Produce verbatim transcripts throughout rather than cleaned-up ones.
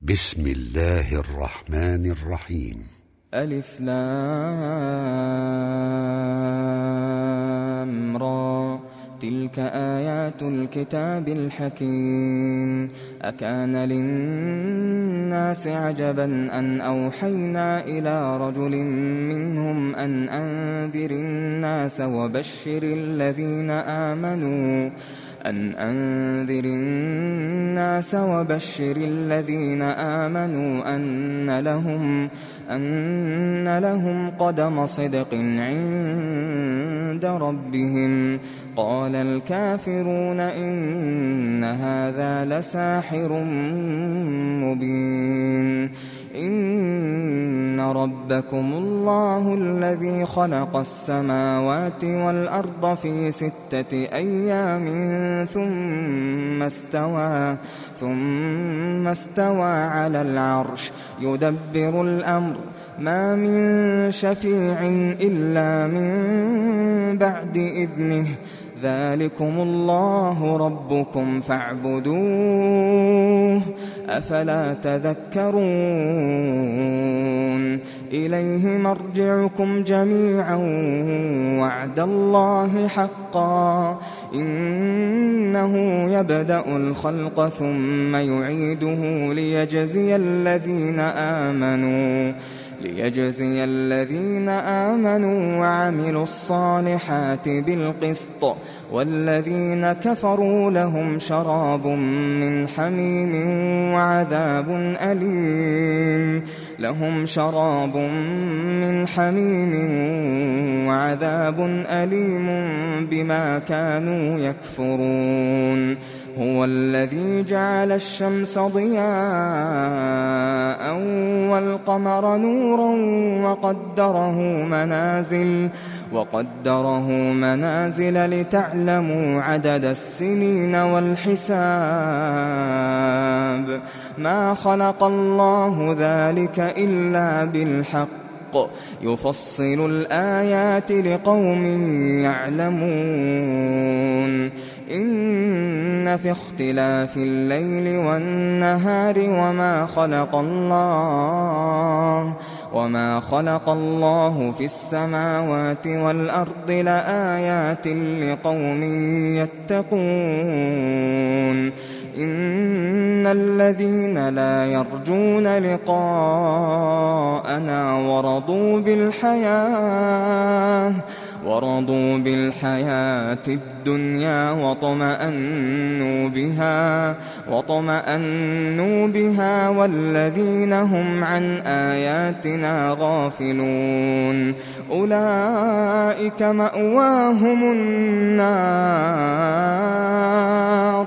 بسم الله الرحمن الرحيم. ألف لام را، تلك آيات الكتاب الحكيم. أكان للناس عجبا أن أوحينا إلى رجل منهم أن أنذر الناس وبشر الذين آمنوا أن أنذر الناس وبشر الذين آمنوا أن لهم أن لهم قدم صدق عند ربهم. قال الكافرون إن هذا لساحر مبين. إن ربكم الله الذي خلق السماوات والأرض في ستة أيام ثم استوى ثم استوى على العرش يدبر الأمر ما من شفيع إلا من بعد إذنه. ذلكم الله ربكم فاعبدوه أفلا تذكرون. إليه مرجعكم جميعا وعد الله حقا إنه يبدأ الخلق ثم يعيده ليجزي الذين آمنوا ليجزي الذين آمنوا وعملوا الصالحات بالقسط والذين كفروا لهم شراب من حميم وعذاب أليم لهم شراب من حميم وعذاب أليم بما كانوا يكفرون. هو الذي جعل الشمس ضياء والقمر نورا وقدره منازل وقدره منازل لتعلموا عدد السنين والحساب. ما خلق الله ذلك إلا بالحق يفصل الآيات لقوم يعلمون. إن في اختلاف الليل والنهار وما خلق الله وما خلق الله في السماوات والأرض لآيات لقوم يتقون. إن الذين لا يرجون لقاءنا ورضوا بالحياة ورضوا بالحياة الدنيا وطمأنوا بها وطمأنوا بها والذين هم عن آياتنا غافلون أولئك مأواهم النار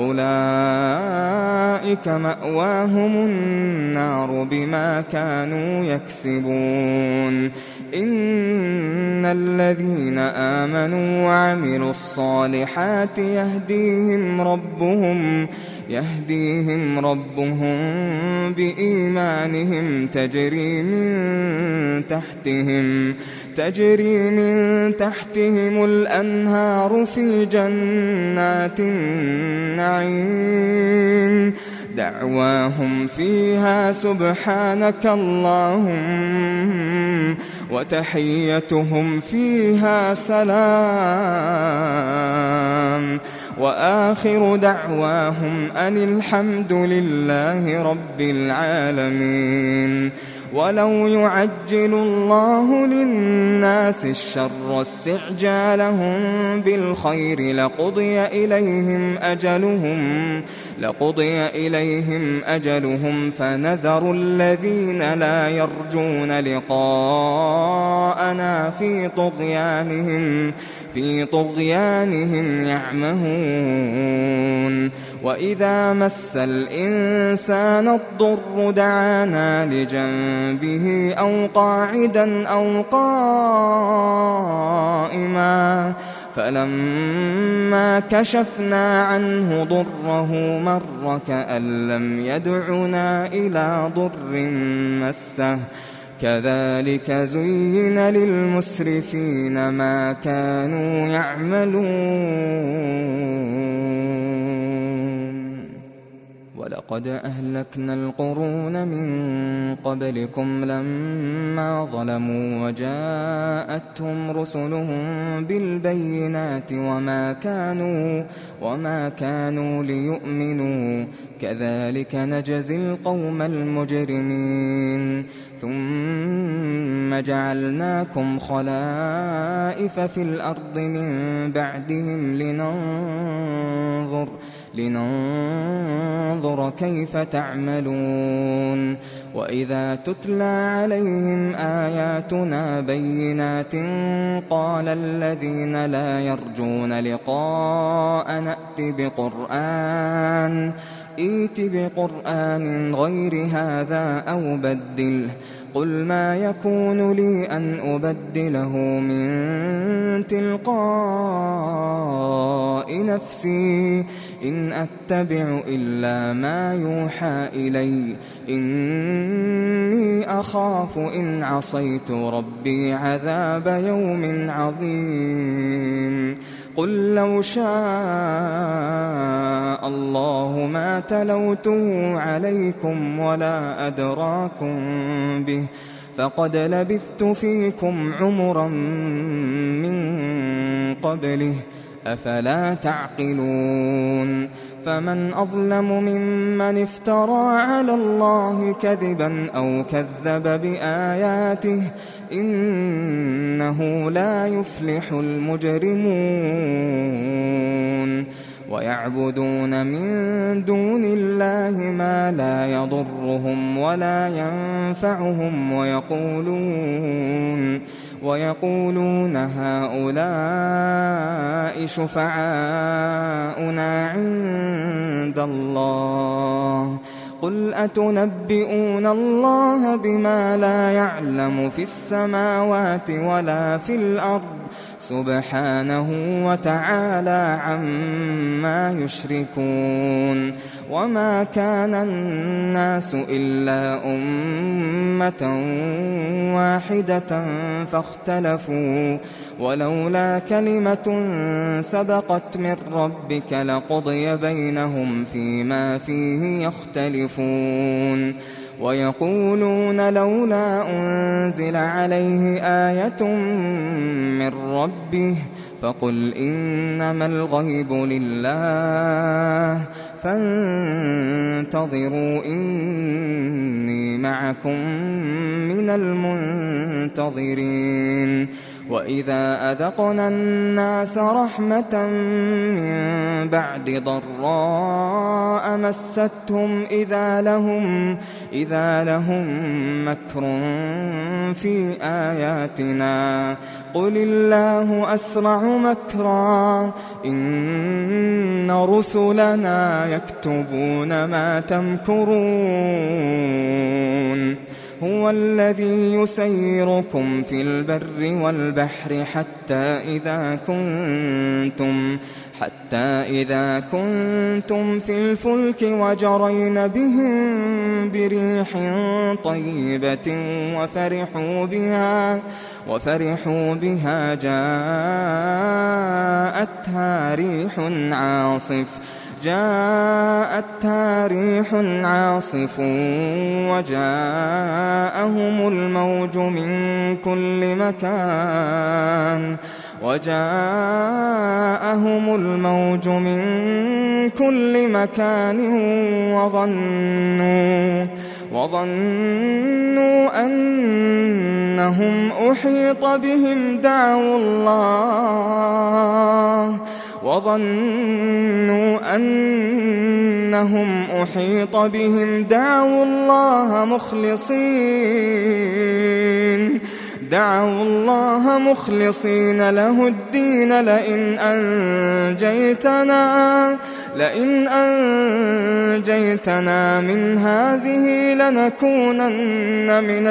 أولئك مأواهم النار بما كانوا يكسبون. إن الذين آمنوا وعملوا الصالحات يهديهم ربهم يهديهم ربهم بإيمانهم تجري من تحتهم تجري من تحتهم الأنهار في جنات النعيم دعواهم فيها سبحانك اللهم وتحيتهم فيها سلام وآخر دعواهم أن الحمد لله رب العالمين. ولو يعجل الله للناس الشر استعجالهم بالخير لقضي إليهم أجلهم لقضي إليهم أجلهم فنذر الذين لا يرجون لقاءنا في طغيانهم في طغيانهم يعمهون. وإذا مس الإنسان الضر دعانا لجنبه أو قاعدا أو قائما فلما كشفنا عنه ضره مر كأن لم يدعنا إلى ضر مسه كذلك زين للمسرفين ما كانوا يعملون. ولقد أهلكنا القرون من قبلكم لما ظلموا وجاءتهم رسلهم بالبينات وما كانوا وما كانوا ليؤمنوا كذلك نجزي القوم المجرمين ثم جعلناكم خلائف في الأرض من بعدهم لننظر لننظر كيف تعملون وإذا تتلى عليهم آياتنا بينات قال الذين لا يرجون لقاء نأت بقرآن ائت بقرآن غير هذا أو بدله قل ما يكون لي أن أبدله من تلقاء نفسي إن أتبع إلا ما يوحى إلي إني أخاف إن عصيت ربي عذاب يوم عظيم قل لو شاء الله ما تلوته عليكم ولا أدراكم به فقد لبثت فيكم عمرا من قبله أفلا تعقلون فمن أظلم ممن افترى على الله كذبا أو كذب بآياته إنه لا يفلح المجرمون ويعبدون من دون الله ما لا يضرهم ولا ينفعهم ويقولون ويقولون هؤلاء شفعاؤنا عند الله قل أتنبئون الله بما لا يعلم في السماوات ولا في الأرض سبحانه وتعالى عما يشركون وما كان الناس إلا أمة واحدة فاختلفوا ولولا كلمة سبقت من ربك لقضي بينهم فيما فيه يختلفون ويقولون لولا أنزل عليه آية من ربه فقل إنما الغيب لله فانتظروا إني معكم من المنتظرين وإذا أذقنا الناس رحمة من بعد ضراء مستهم إذا لهم إذا لهم مكر في آياتنا قل الله أسرع مكرا إن رسلنا يكتبون ما تمكرون هو الذي يسيركم في البر والبحر حتى إذا كنتم حتى إذا كنتم في الفلك وجرين بهم بريح طيبة وفرحوا بها وفرحوا بها جاءتها ريح عاصف جاءتها ريح عاصف وجاءهم الموج من كل مكان وجاءهم الموج من كل مكان وظنوا وظنوا أنهم أحيط بهم دعوا الله وظنوا أنهم أحيط بهم دعوا الله مخلصين دعوا الله مخلصين له الدين لئن أنجيتنا لئن أنجيتنا من هذه لنكونن من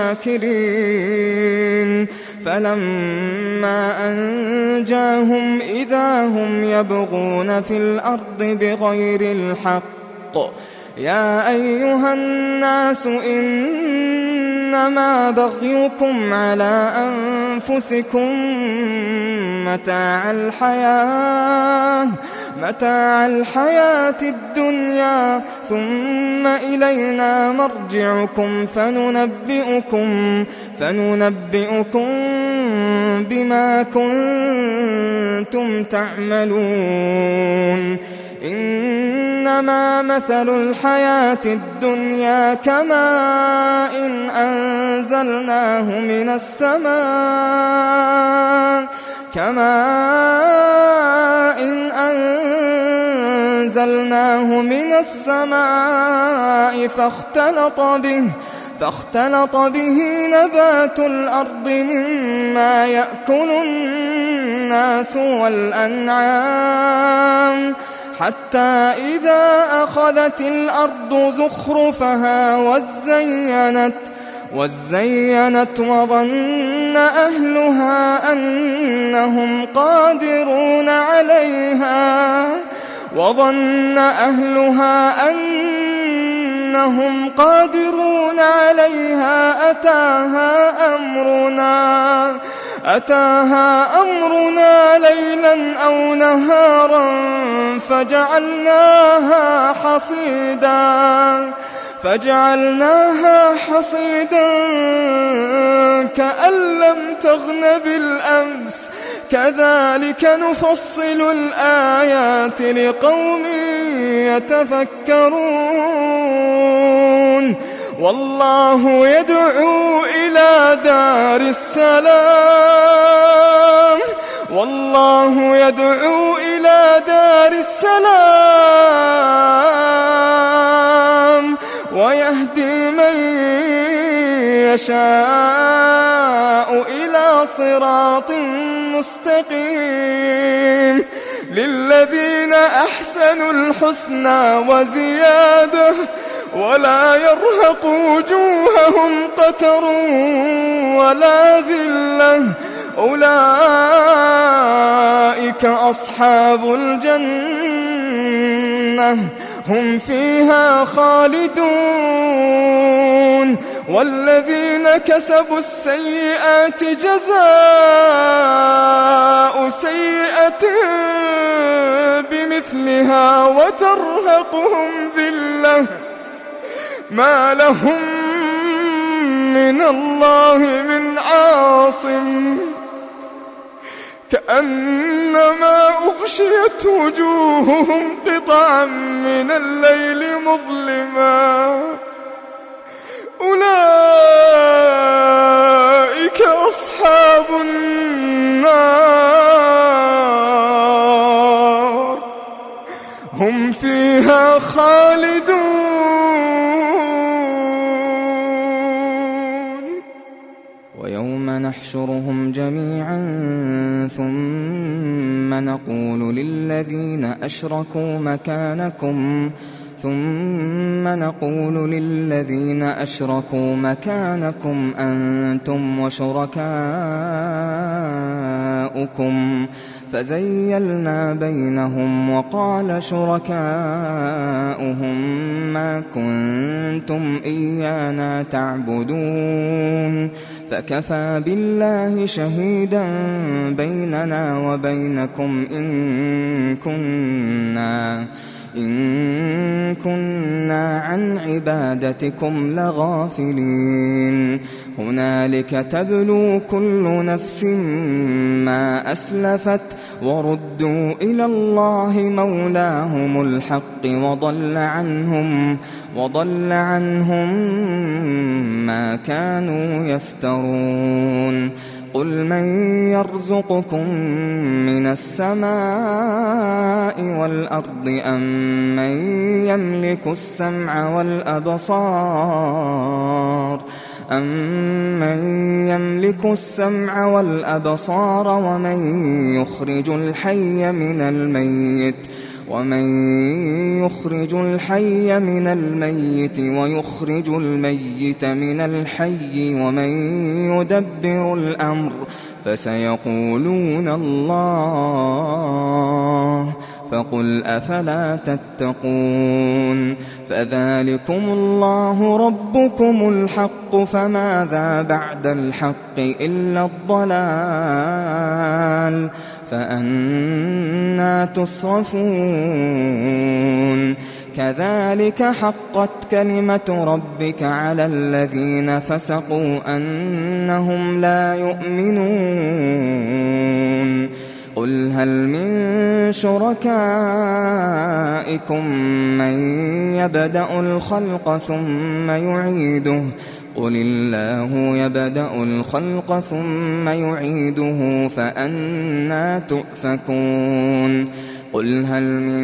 الشاكرين فلما أنجاهم إذا هم يبغون في الأرض بغير الحق يا أيها الناس إنما بغيكم على أنفسكم متاع الحياة متاع الحياة الدنيا ثم إلينا مرجعكم فننبئكم فننبئكم بما كنتم تعملون إنما مثل الحياة الدنيا كماء إن أنزلناه من السماء كماء إن أنزلناه من السماء فاختلط به فاختلط به نبات الأرض مما يأكل الناس والأنعام حتى إذا أخذت الأرض زخرفها وزينت وزينت وظن أهلها أنهم قادرون عليها وظن أهلها أنهم قادرون عليها أتاها أمرنا أتاها أمرنا ليلا أو نهارا فجعلناها حصيدا فجعلناها حصيدا كأن لم تغن بالأمس كذلك نفصل الآيات لقوم يتفكرون والله يدعو إلى دار السلام والله يدعو إلى دار السلام ويهدي من يشاء إلى صراط مستقيم للذين أحسنوا الحسنى وزيادة ولا يرهق وجوههم قتر ولا ذلة أولئك أصحاب الجنة هم فيها خالدون والذين كسبوا السيئات جزاء سيئة بمثلها وترهقهم ذلة ما لهم من الله من عاصم كأنما أغشيت وجوههم قطعا من الليل مظلما أولئك أصحاب النار هم فيها خالدون ويوم نحشرهم جميعا ثم نقول للذين أشركوا مكانكم ثم نقول للذين أشركوا مكانكم أنتم وشركاؤكم فزيلنا بينهم وقال شركاؤهم ما كنتم إيانا تعبدون فكفى بالله شهيدا بيننا وبينكم إن كنا إن كنا عن عبادتكم لغافلين هنالك تبلو كل نفس ما أسلفت وردوا إلى الله مولاهم الحق وضل عنهم وضل عنهم ما كانوا يفترون قل من يرزقكم من السماء والأرض أم من يملك السمع والأبصار أَمَّنْ يَمْلِكُ السَّمْعَ وَالْأَبْصَارَ وَمَنْ يُخْرِجُ الْحَيَّ مِنَ الْمَيِّتِ وَمَنْ يُخْرِجُ الْحَيَّ مِنَ الْمَيِّتِ وَيُخْرِجُ الْمَيِّتَ مِنَ الْحَيِّ وَمَنْ يُدَبِّرُ الْأَمْرَ فَسَيَقُولُونَ اللَّهُ فقل أفلا تتقون فذلكم الله ربكم الحق فماذا بعد الحق إلا الضلال فأنى تصرفون كذلك حقت كلمة ربك على الذين فسقوا أنهم لا يؤمنون قل هل من شركائكم من يبدأ الخلق ثم يعيده قل الله يبدأ الخلق ثم يعيده فأنى تؤفكون قل هل من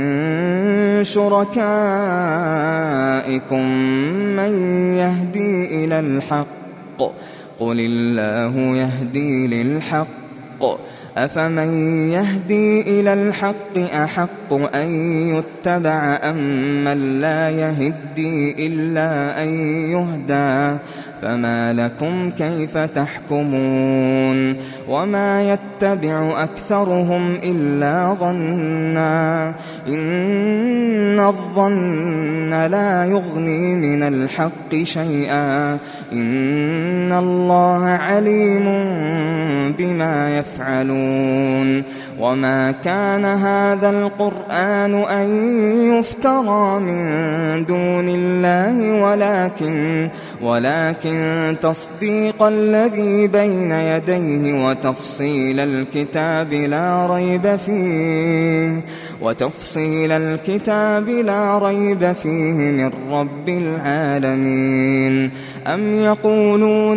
شركائكم من يهدي إلى الحق قل الله يهدي للحق أفمن يهدي إلى الحق أحق أن يتبع أم من لا يهدي إلا أن يهدى فما لكم كيف تحكمون وما يتبع أكثرهم إلا ظنا إن الظن لا يغني من الحق شيئا إن الله عليم بما يفعلون وما كان هذا القرآن أن يفترى من دون الله ولكن ولكن تصديق الذي بين يديه وتفصيل الكتاب لا ريب فيه وتفصيل الكتاب لا ريب فيه من رب العالمين أم يقولون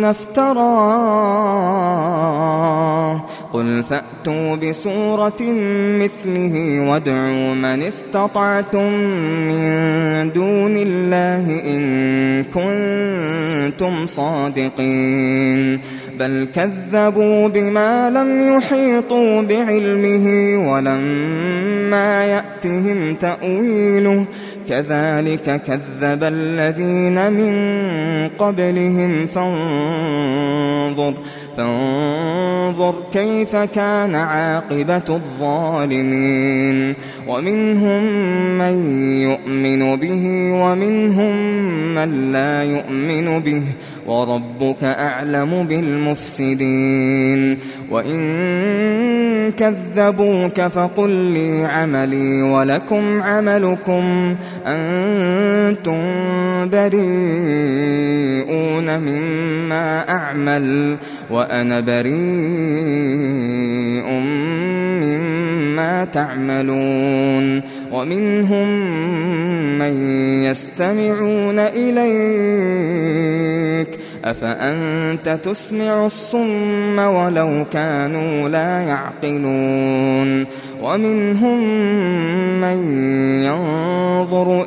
افتراه قل فأتوا بسورة مثله وادعوا من استطعتم من دون الله إن كنتم صادقين بل كذبوا بما لم يحيطوا بعلمه ولما يأتهم تأويله كذلك كذب الذين من قبلهم فانظر فانظر كيف كان عاقبة الظالمين ومنهم من يؤمن به ومنهم من لا يؤمن به وربك أعلم بالمفسدين وإن كذبوك فقل لي عملي ولكم عملكم أنتم بريئون مما أعمل وأنا بريء مما تعملون ومنهم من يستمعون إليك أفأنت تسمع الصم ولو كانوا لا يعقلون ومنهم من ينظر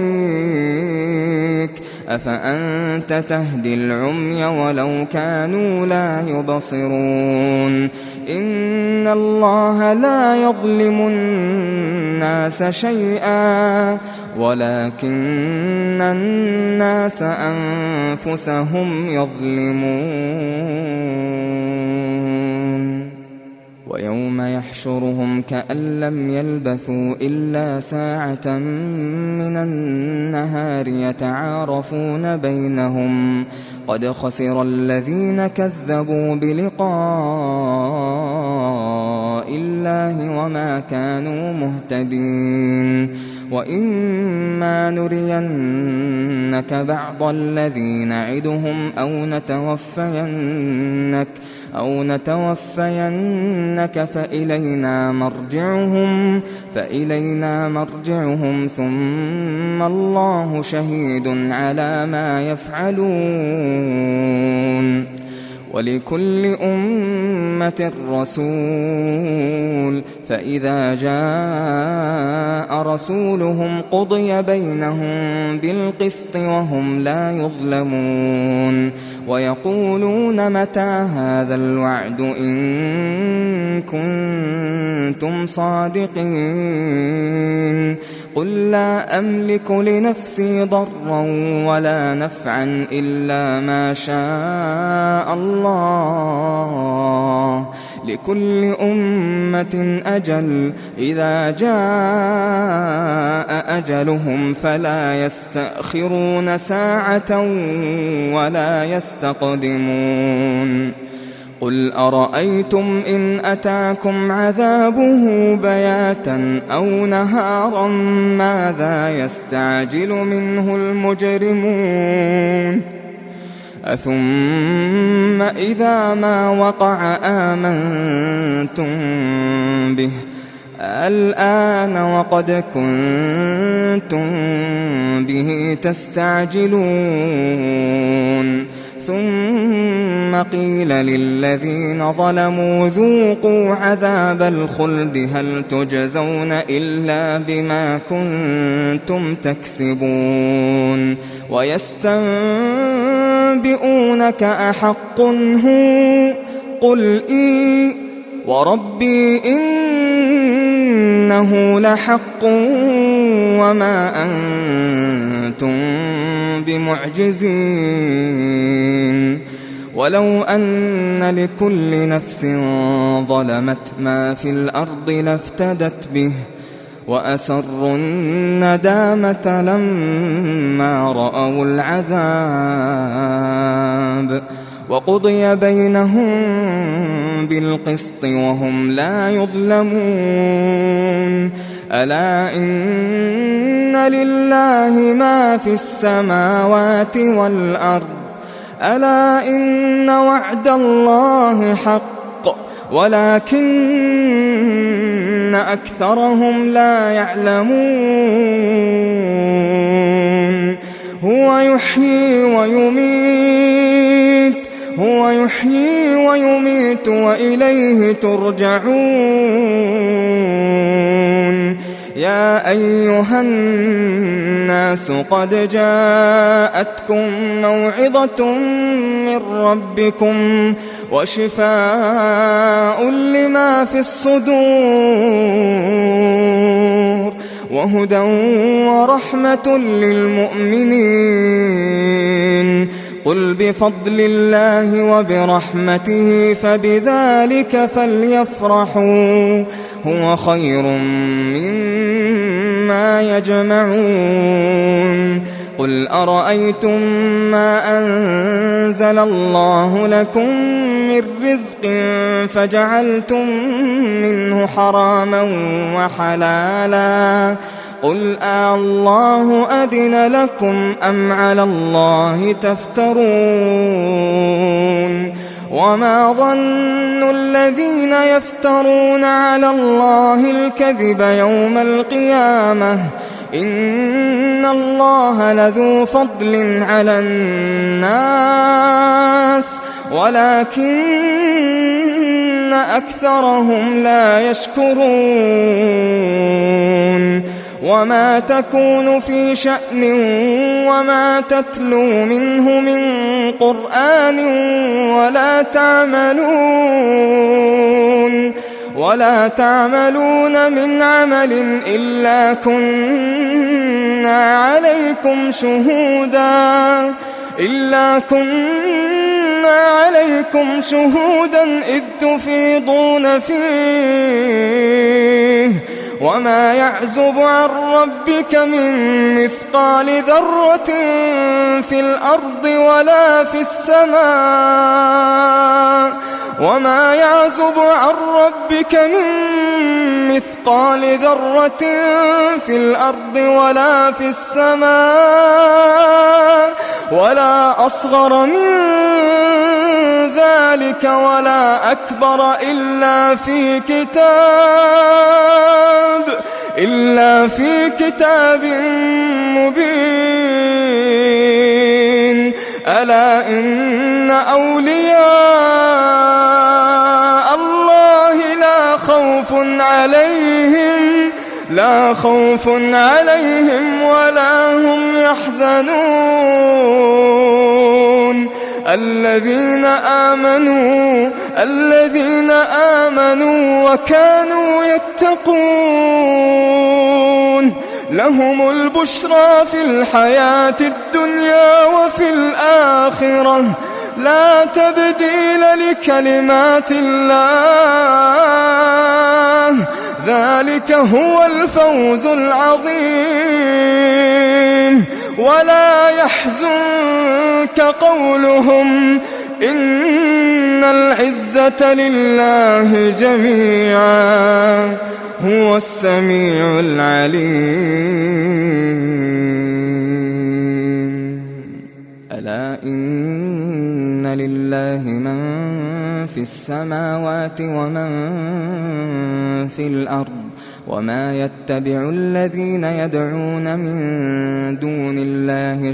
إليك أفأنت تهدي العمي ولو كانوا لا يبصرون إن الله لا يظلم الناس شيئا ولكن الناس أنفسهم يظلمون ويوم يحشرهم كأن لم يلبثوا إلا ساعة من النهار يتعارفون بينهم قد خسر الذين كذبوا بلقاء الله وما كانوا مهتدين وإما نرينك بعض الذي نعدهم أو نتوفينك أو نتوفينك فإلينا مرجعهم فإلينا مرجعهم ثم الله شهيد على ما يفعلون ولكل أمة رسول فإذا جاء رسولهم قضي بينهم بالقسط وهم لا يظلمون ويقولون متى هذا الوعد إن كنتم صادقين قل لا أملك لنفسي ضرا ولا نفعا إلا ما شاء الله لكل أمة أجل إذا جاء أجلهم فلا يستأخرون ساعة ولا يستقدمون قل أرأيتم إن أتاكم عذابه بياتا أو نهارا ماذا يستعجل منه المجرمون أثم إذا ما وقع آمنتم به الآن وقد كنتم به تستعجلون ثم قيل للذين ظلموا ذوقوا عذاب الخلد هل تجزون إلا بما كنتم تكسبون ويستنبئونك أحق هو قل إي وربي إنه لحق وما أنتم بمعجزين ولو أن لكل نفس ظلمت ما في الأرض لافتدت به وأسروا الندامة لما رأوا العذاب وقضي بينهم بالقسط وهم لا يظلمون ألا إن لله ما في السماوات والأرض ألا إن وعد الله حق ولكن أكثرهم لا يعلمون هو يحيي ويميت هو يحيي ويميت وإليه ترجعون يا أيها الناس قد جاءتكم موعظة من ربكم وشفاء لما في الصدور وهدى ورحمة للمؤمنين قل بفضل الله وبرحمته فبذلك فليفرحوا هو خير مما يجمعون قل أرأيتم ما أنزل الله لكم من رزق فجعلتم منه حراما وحلالا قل الله أذن لكم أم على الله تفترون وما ظن الذين يفترون على الله الكذب يوم القيامة إن الله لذو فضل على الناس ولكن أكثرهم لا يشكرون وما تكون في شأن وما تتلو منه من قرآن ولا تعملون ولا تعملون من عمل إلا كنا عليكم شهودا إلا كنا عليكم شهودا إذ تفيضون فيه وما يعزب عن ربك من مثقال ذرة في الأرض ولا في السماء وما يعزب عن ربك من مثقال ذرة في الأرض ولا في السماء ولا أصغر من ذلك ولا أكبر إلا في كتاب إلا في كتاب مبين ألا إن أولياء الله لا خوف عليهم لا خوف عليهم ولا هم يحزنون الذين آمنوا الذين آمنوا وكانوا يتقون لهم البشرى في الحياة الدنيا وفي الآخرة لا تبديل لكلمات الله ذلك هو الفوز العظيم ولا يحزنك قولهم إن العزة العزة لله جميعا هو السميع العليم. ألا إن لله من في السماوات ومن في الأرض وما يتبع الذين يدعون من دون الله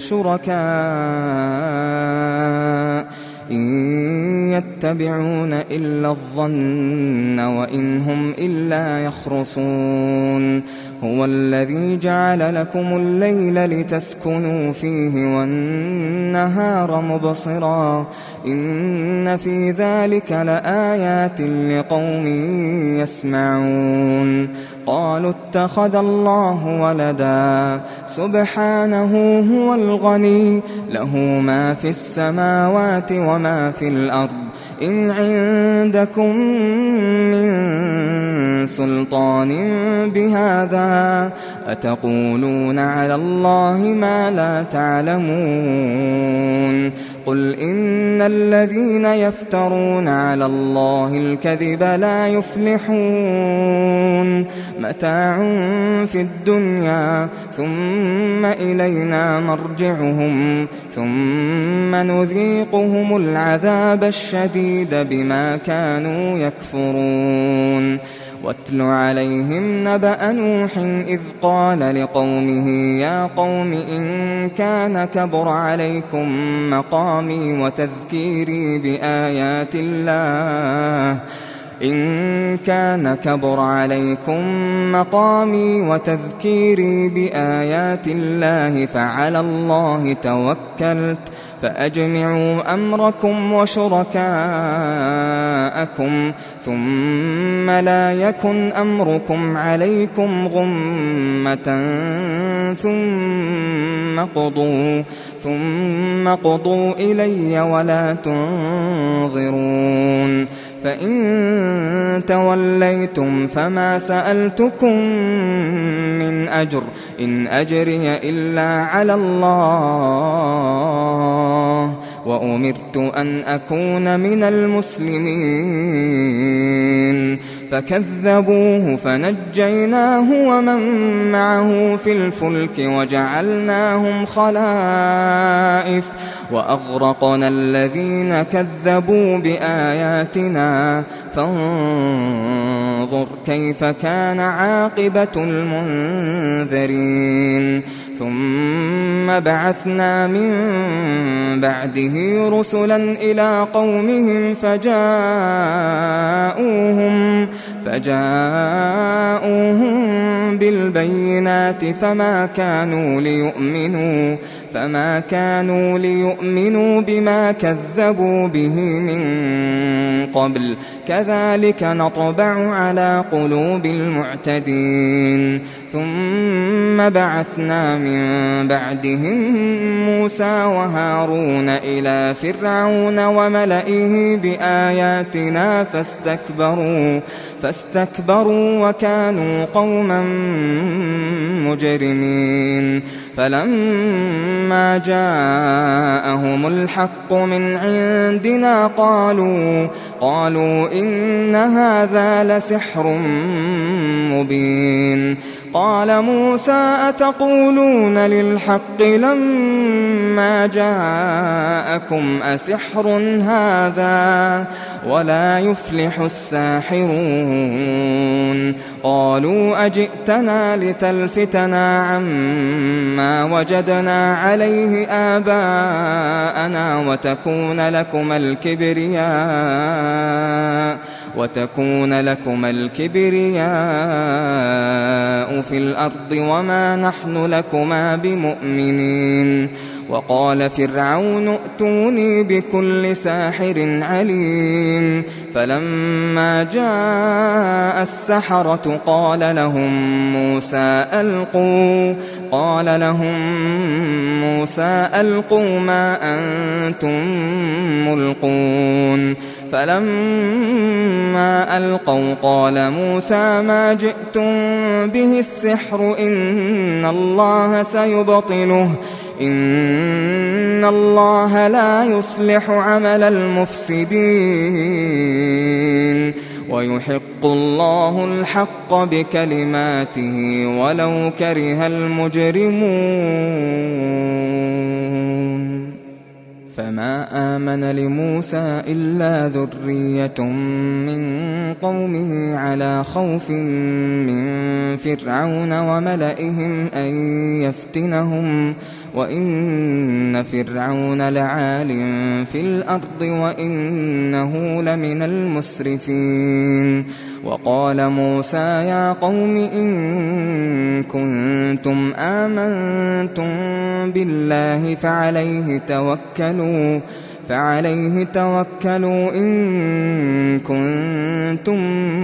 شركاء إن يتبعون إلا الظن وإن هم إلا يخرصون. هو الذي جعل لكم الليل لتسكنوا فيه والنهار مبصرا إن في ذلك لآيات لقوم يسمعون. قالوا اتخذ الله ولدا سبحانه هو الغني له ما في السماوات وما في الأرض إن عندكم من سلطان بهذا أتقولون على الله ما لا تعلمون. قل إن الذين يفترون على الله الكذب لا يفلحون. متاع في الدنيا ثم إلينا مرجعهم ثم نذيقهم العذاب الشديد بما كانوا يكفرون. واتل عليهم نبأ نوح إذ قال لقومه يا قوم إن كان كبر عليكم مقامي وتذكيري بآيات الله إن كان كبر عليكم مقامي وتذكيري بآيات الله فعلى الله توكلت فأجمعوا أمركم وشركاءكم ثم لا يكن أمركم عليكم غمة ثم قضوا ثم قضوا إلي ولا تنظرون. فإن توليتم فما سألتكم من أجر إن أجري إلا على الله وأمرت أن أكون من المسلمين. فكذبوه فنجيناه ومن معه في الفلك وجعلناهم خلائف وأغرقنا الذين كذبوا بآياتنا فانظر كيف كان عاقبة المنذرين. ثم بعثنا من بعده رسلا إلى قومهم فجاءوهم فجاءوهم بالبينات فما كانوا ليؤمنوا فما كانوا ليؤمنوا بما كذبوا به من قبل كذلك نطبع على قلوب المعتدين. ثم بعثنا من بعدهم موسى وهارون إلى فرعون وملئه بآياتنا فاستكبروا فاستكبروا وكانوا قوما مجرمين. فلما جاءهم الحق من عندنا قالوا قالوا إن هذا لسحر مبين. قال موسى أتقولون للحق لما جاءكم أسحر هذا ولا يفلح الساحرون. قالوا أجئتنا لتلفتنا عما وجدنا عليه آباءنا وتكون لكم الكبرياء وتكون لكم الكبرياء في الأرض وما نحن لكما بمؤمنين. وقال فرعون ائتوني بكل ساحر عليم. فلما جاء السحرة قال لهم موسى ألقوا قال لهم موسى ألقوا ما أنتم ملقون. فلما ألقوا قال موسى ما جئتم به السحر إن الله سيبطله إن الله لا يصلح عمل المفسدين ويحق الله الحق بكلماته ولو كره المجرمون فما آمن لموسى إلا ذرية من قومه على خوف من فرعون وملئهم أن يفتنهم وإن فرعون لعال في الأرض وإنه لمن المسرفين وقال موسى يا قوم إن كنتم آمنتم بالله فعليه توكلوا فعليه توكلوا إن كنتم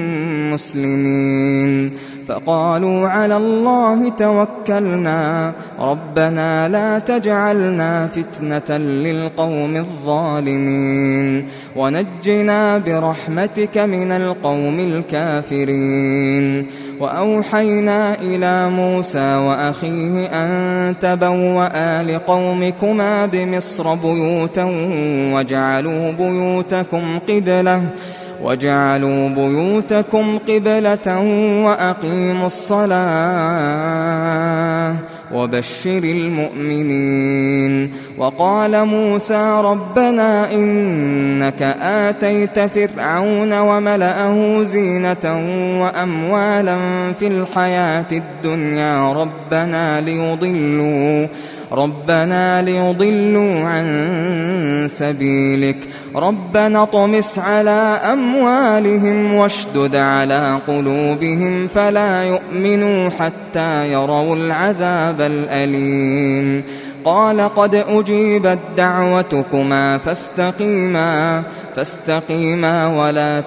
مسلمين فقالوا على الله توكلنا ربنا لا تجعلنا فتنة للقوم الظالمين ونجنا برحمتك من القوم الكافرين وأوحينا إلى موسى وأخيه أن تبوأ لقومكما بمصر بيوتا واجعلوا بيوتكم قبلة وَاجْعَلُوا بُيُوتَكُمْ قِبْلَةً وَأَقِيمُوا الصَّلَاةَ وَبَشِّرِ الْمُؤْمِنِينَ وَقَالَ مُوسَى رَبَّنَا إِنَّكَ آتَيْتَ فِرْعَوْنَ وَمَلَأَهُ زِينَةً وَأَمْوَالًا فِي الْحَيَاةِ الدُّنْيَا رَبَّنَا لِيُضِلُّوا ربنا ليضلوا عن سبيلك ربنا اطمس على أموالهم واشدد على قلوبهم فلا يؤمنوا حتى يروا العذاب الأليم قال قد أجيبت دعوتكما فاستقيما فاستقيما ولا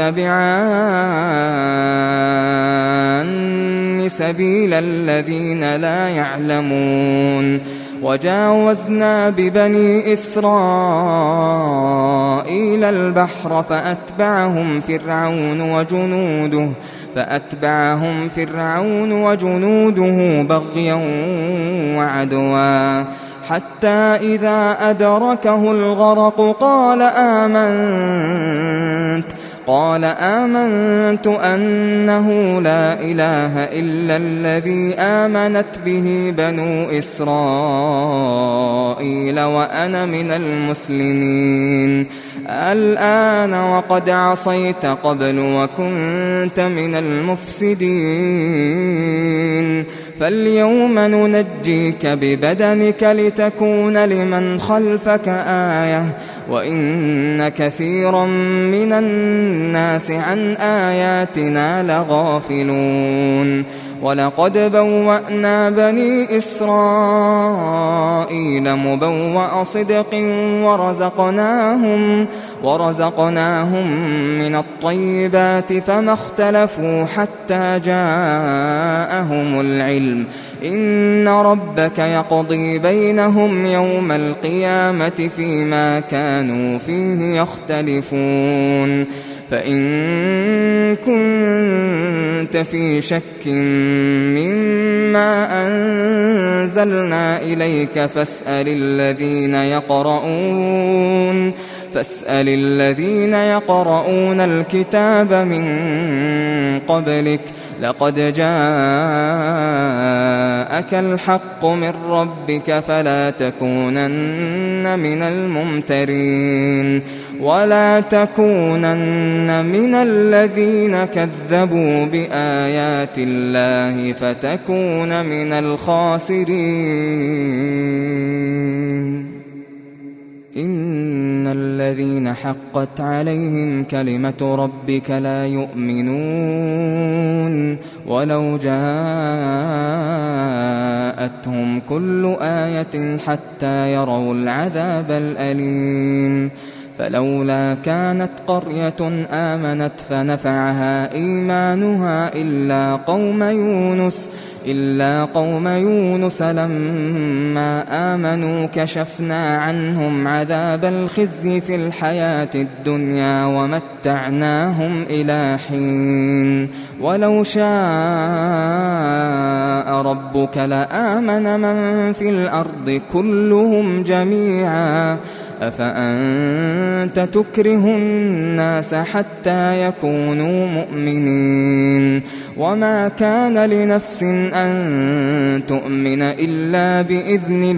تتبعان سبيل الذين لا يعلمون وجاوزنا ببني إسرائيل البحر فأتبعهم فرعون وجنوده فأتبعهم فرعون وجنوده بغيا وعدوا حتى إذا أدركه الغرق قال آمنت قال آمنت أنه لا إله إلا الذي آمنت به بنو إسرائيل وأنا من المسلمين الآن وقد عصيت قبل وكنت من المفسدين فاليوم ننجيك ببدنك لتكون لمن خلفك آية وإن كثيرا من الناس عن آياتنا لغافلون ولقد بوأنا بني إسرائيل مبوأ صدق ورزقناهم ورزقناهم من الطيبات فما اختلفوا حتى جاءهم العلم إن ربك يقضي بينهم يوم القيامة فيما كانوا فيه يختلفون فإن كنت في شك مما أنزلنا إليك فاسأل الذين يقرؤون فاسأل الذين يقرؤون الكتاب من قبلك لقد جاءك الحق من ربك فلا تكونن من الممترين ولا تكونن من الذين كذبوا بآيات الله فتكون من الخاسرين إن الذين حقت عليهم كلمة ربك لا يؤمنون ولو جاءتهم كل آية حتى يروا العذاب الأليم فلولا كانت قرية آمنت فنفعها إيمانها إلا قوم يونس إلا قوم يونس لما آمنوا كشفنا عنهم عذاب الخزي في الحياة الدنيا ومتعناهم إلى حين ولو شاء ربك لآمن من في الأرض كلهم جميعا أفأنت تكره الناس حتى يكونوا مؤمنين وما كان لنفس أن تؤمن إلا بإذن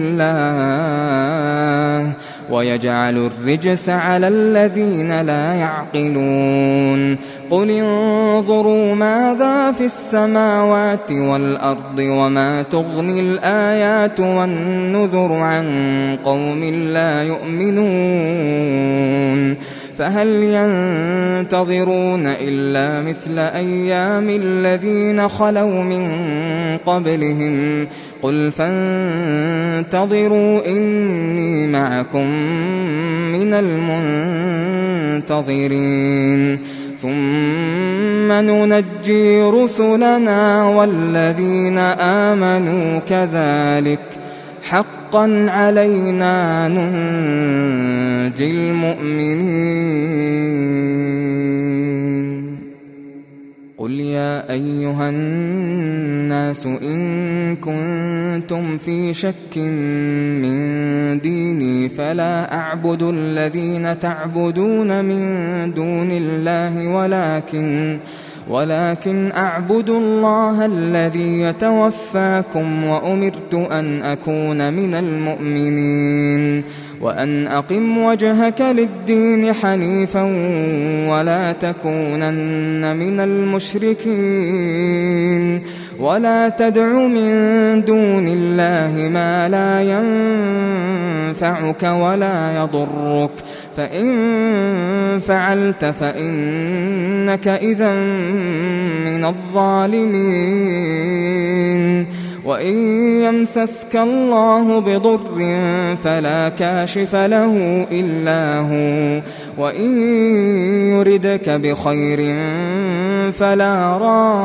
الله ويجعل الرجس على الذين لا يعقلون قل انظروا ماذا في السماوات والأرض وما تغني الآيات والنذر عن قوم لا يؤمنون فهل ينتظرون إلا مثل أيام الذين خلوا من قبلهم قل فانتظروا إني معكم من المنتظرين ثم ننجي رسلنا والذين آمنوا كذلك حقا علينا ننجي المؤمنين قل يا أيها الناس إن كنتم في شك من ديني فلا أعبد الذين تعبدون من دون الله ولكن ولكن أعبد الله الذي يتوفاكم وأمرت أن أكون من المؤمنين وأن أقم وجهك للدين حنيفا ولا تكونن من المشركين ولا تدع من دون الله ما لا ينفعك ولا يضرك فإن فعلت فإنك إذا من الظالمين وإن يمسسك الله بضر فلا كاشف له إلا هو وإن يردك بخير فلا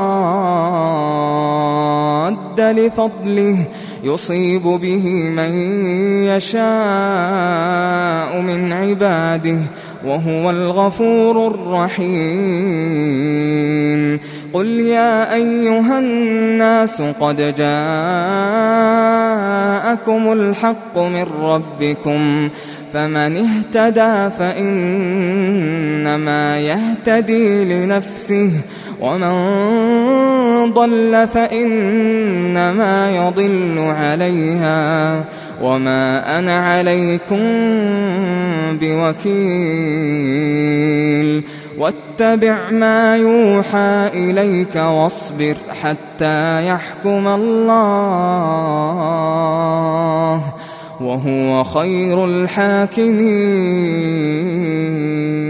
راد لفضله يصيب به من يشاء من عباده وهو الغفور الرحيم قل يا أيها الناس قد جاءكم الحق من ربكم فمن اهتدى فإنما يهتدي لنفسه ومن ضل فإنما يضل عليها وما أنا عليكم بوكيل واتبع ما يوحى إليك واصبر حتى يحكم الله وهو خير الحاكمين.